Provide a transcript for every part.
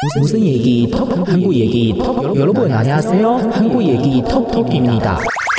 무슨 얘기 톡 한국 얘기 톡 여러분 안녕하세요. 한국 얘기 톡톡입니다.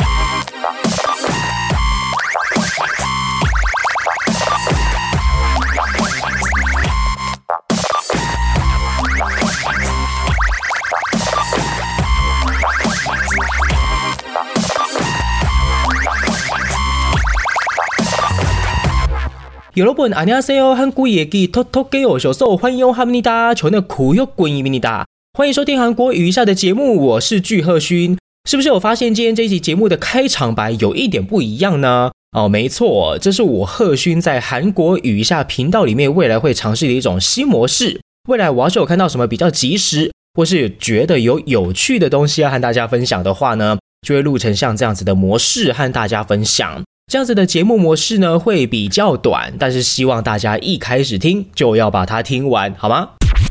여러분 안녕하세요. 한국 얘기 톡톡게 오셔서欢迎합니다. 저는 구역군입니다.欢迎收听韩国语一下的节目，我是具赫勋。是不是有发现今天这一集节目的开场白有一点不一样呢？没错，这是我赫勋在韩国语一下频道里面未来会尝试的一种新模式。未来我要是有看到什么比较及时，或是觉得有趣的东西要和大家分享的话呢，就会录成像这样子的模式和大家分享。这样子的节目模式呢会比较短，但是希望大家一开始听就要把它听完，好吗？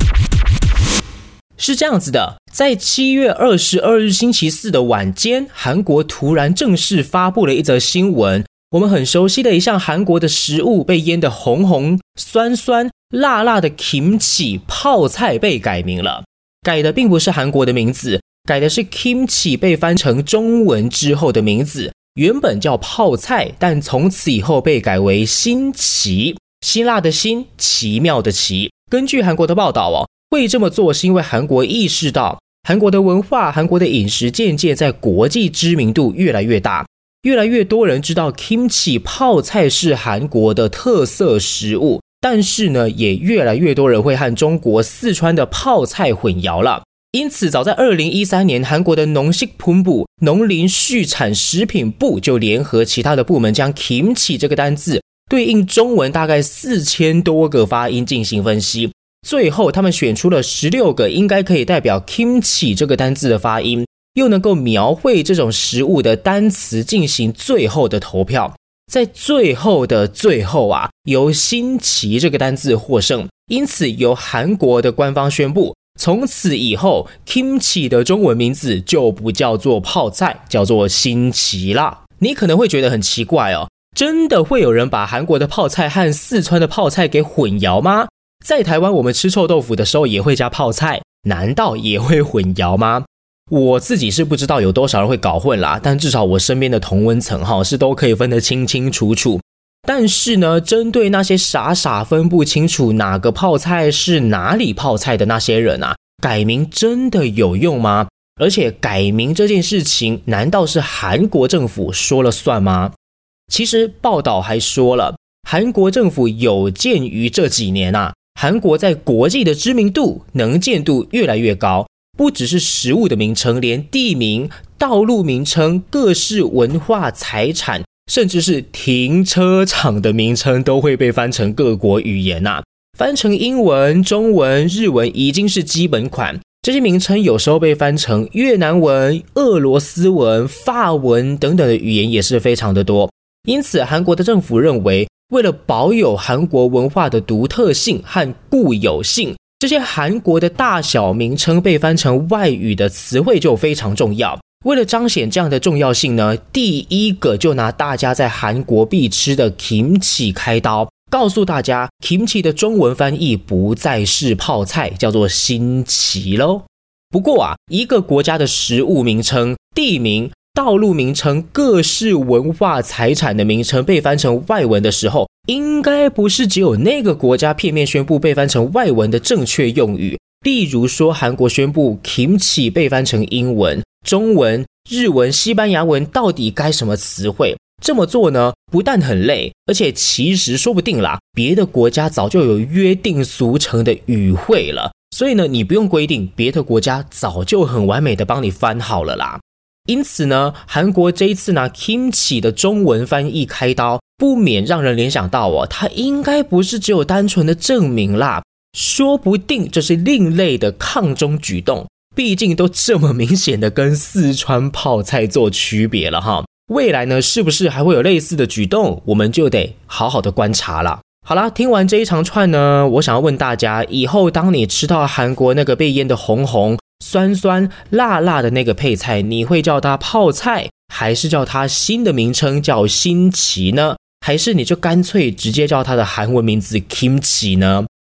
是这样子的，在7月22日星期四的晚间，韩国突然正式发布了一则新闻，我们很熟悉的一项韩国的食物被腌得红红酸酸辣辣的 kimchi 泡菜被改名了。改的并不是韩国的名字，改的是 kimchi 被翻成中文之后的名字，原本叫泡菜，但从此以后被改为新奇，辛辣的辛，奇妙的奇。根据韩国的报道会这么做是因为韩国意识到韩国的文化、韩国的饮食渐渐在国际知名度越来越大，越来越多人知道 kimchi 泡菜是韩国的特色食物，但是呢，也越来越多人会和中国四川的泡菜混淆了。因此早在2013年，韩国的농식품부农林畜产食品部就联合其他的部门将 kimchi 这个单字对应中文大概4000多个发音进行分析，最后他们选出了16个应该可以代表 kimchi 这个单字的发音，又能够描绘这种食物的单词进行最后的投票。在最后的最后由新奇这个单字获胜，因此由韩国的官方宣布，从此以后 kimchi 的中文名字就不叫做泡菜，叫做新奇啦。你可能会觉得很奇怪真的会有人把韩国的泡菜和四川的泡菜给混淆吗？在台湾我们吃臭豆腐的时候也会加泡菜，难道也会混淆吗？我自己是不知道有多少人会搞混啦，但至少我身边的同温层是都可以分得清清楚楚。但是呢，针对那些傻傻分不清楚哪个泡菜是哪里泡菜的那些人改名真的有用吗？而且改名这件事情难道是韩国政府说了算吗？其实报道还说了，韩国政府有鉴于这几年韩国在国际的知名度、能见度越来越高，不只是食物的名称，连地名、道路名称、各式文化财产，甚至是停车场的名称都会被翻成各国语言翻成英文、中文、日文已经是基本款，这些名称有时候被翻成越南文、俄罗斯文、法文等等的语言也是非常的多。因此韩国的政府认为，为了保有韩国文化的独特性和固有性，这些韩国的大小名称被翻成外语的词汇就非常重要。为了彰显这样的重要性呢，第一个就拿大家在韩国必吃的 kimchi 开刀，告诉大家 kimchi 的中文翻译不再是泡菜，叫做新奇咯。不过一个国家的食物名称、地名、道路名称、各式文化财产的名称被翻成外文的时候，应该不是只有那个国家片面宣布被翻成外文的正确用语。例如说韩国宣布 kimchi 被翻成英文、中文、日文、西班牙文到底该什么词汇？这么做呢，不但很累，而且其实说不定别的国家早就有约定俗成的语汇了，所以呢，你不用规定，别的国家早就很完美的帮你翻好了啦。因此呢，韩国这一次拿 kimchi 的中文翻译开刀，不免让人联想到它应该不是只有单纯的证明啦，说不定这是另类的抗中举动，毕竟都这么明显的跟四川泡菜做区别了未来呢，是不是还会有类似的举动，我们就得好好的观察了。好啦，听完这一长串呢，我想要问大家，以后当你吃到韩国那个被腌的红红酸酸辣辣的那个配菜，你会叫它泡菜，还是叫它新的名称叫新奇呢？还是你就干脆直接叫它的韩文名字 kimchi 呢？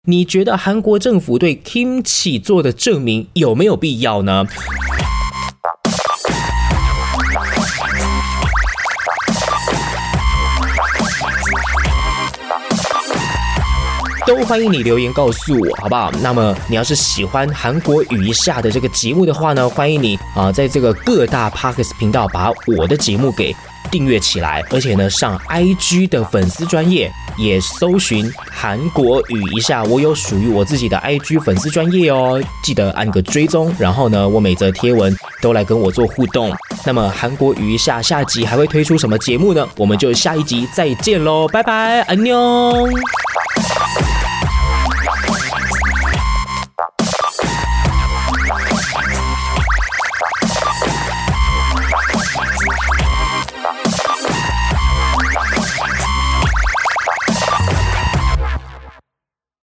你觉得韩国政府对 Kimchi 做的证明有没有必要呢？都欢迎你留言告诉我，好不好？那么你要是喜欢韩国语一下的这个节目的话呢，欢迎你在这个各大 Podcast 频道把我的节目给订阅起来，而且呢上 IG 的粉丝专页也搜寻韩国语一下，我有属于我自己的 IG 粉丝专页哦，记得按个追踪，然后呢我每则贴文都来跟我做互动。那么韩国语一下下集还会推出什么节目呢？我们就下一集再见咯，拜拜，안녕。